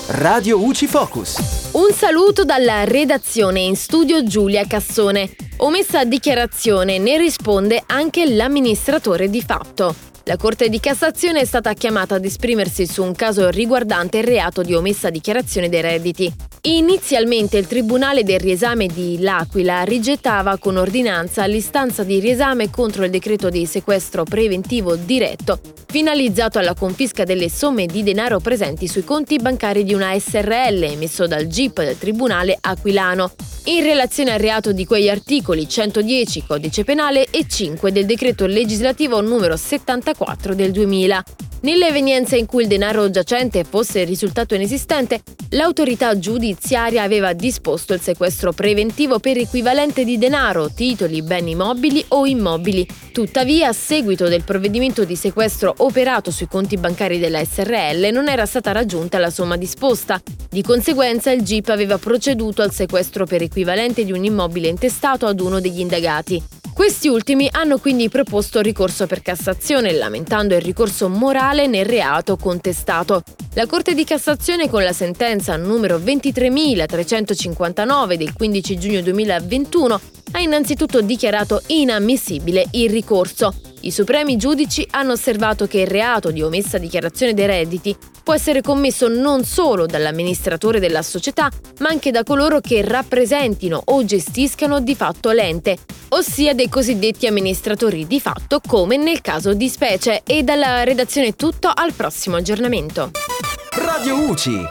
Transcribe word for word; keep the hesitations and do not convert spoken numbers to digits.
Radio U C I Focus. Un saluto dalla redazione, in studio Giulia Cassone. Omessa dichiarazione, ne risponde anche l'amministratore di fatto. La Corte di Cassazione è stata chiamata ad esprimersi su un caso riguardante il reato di omessa dichiarazione dei redditi. Inizialmente il Tribunale del riesame di L'Aquila rigettava con ordinanza l'istanza di riesame contro il decreto di sequestro preventivo diretto, finalizzato alla confisca delle somme di denaro presenti sui conti bancari di una S R L emesso dal G I P del Tribunale aquilano, in relazione al reato di quegli articoli centodieci Codice Penale e cinque del decreto legislativo numero settantaquattro del duemila. Nell'evenienza in cui il denaro giacente fosse risultato inesistente, l'autorità giudiziaria aveva disposto il sequestro preventivo per equivalente di denaro, titoli, beni mobili o immobili. Tuttavia, a seguito del provvedimento di sequestro operato sui conti bancari della S R L, non era stata raggiunta la somma disposta. Di conseguenza, il G I P aveva proceduto al sequestro per equivalente di un immobile intestato ad uno degli indagati. Questi ultimi hanno quindi proposto ricorso per Cassazione, lamentando il ricorso morale nel reato contestato. La Corte di Cassazione, con la sentenza numero ventitremilatrecentocinquantanove del quindici giugno duemilaventuno, ha innanzitutto dichiarato inammissibile il ricorso. I supremi giudici hanno osservato che il reato di omessa dichiarazione dei redditi può essere commesso non solo dall'amministratore della società, ma anche da coloro che rappresentino o gestiscano di fatto l'ente, ossia dei cosiddetti amministratori di fatto, come nel caso di specie. E dalla redazione è tutto, al prossimo aggiornamento. Radio U C I.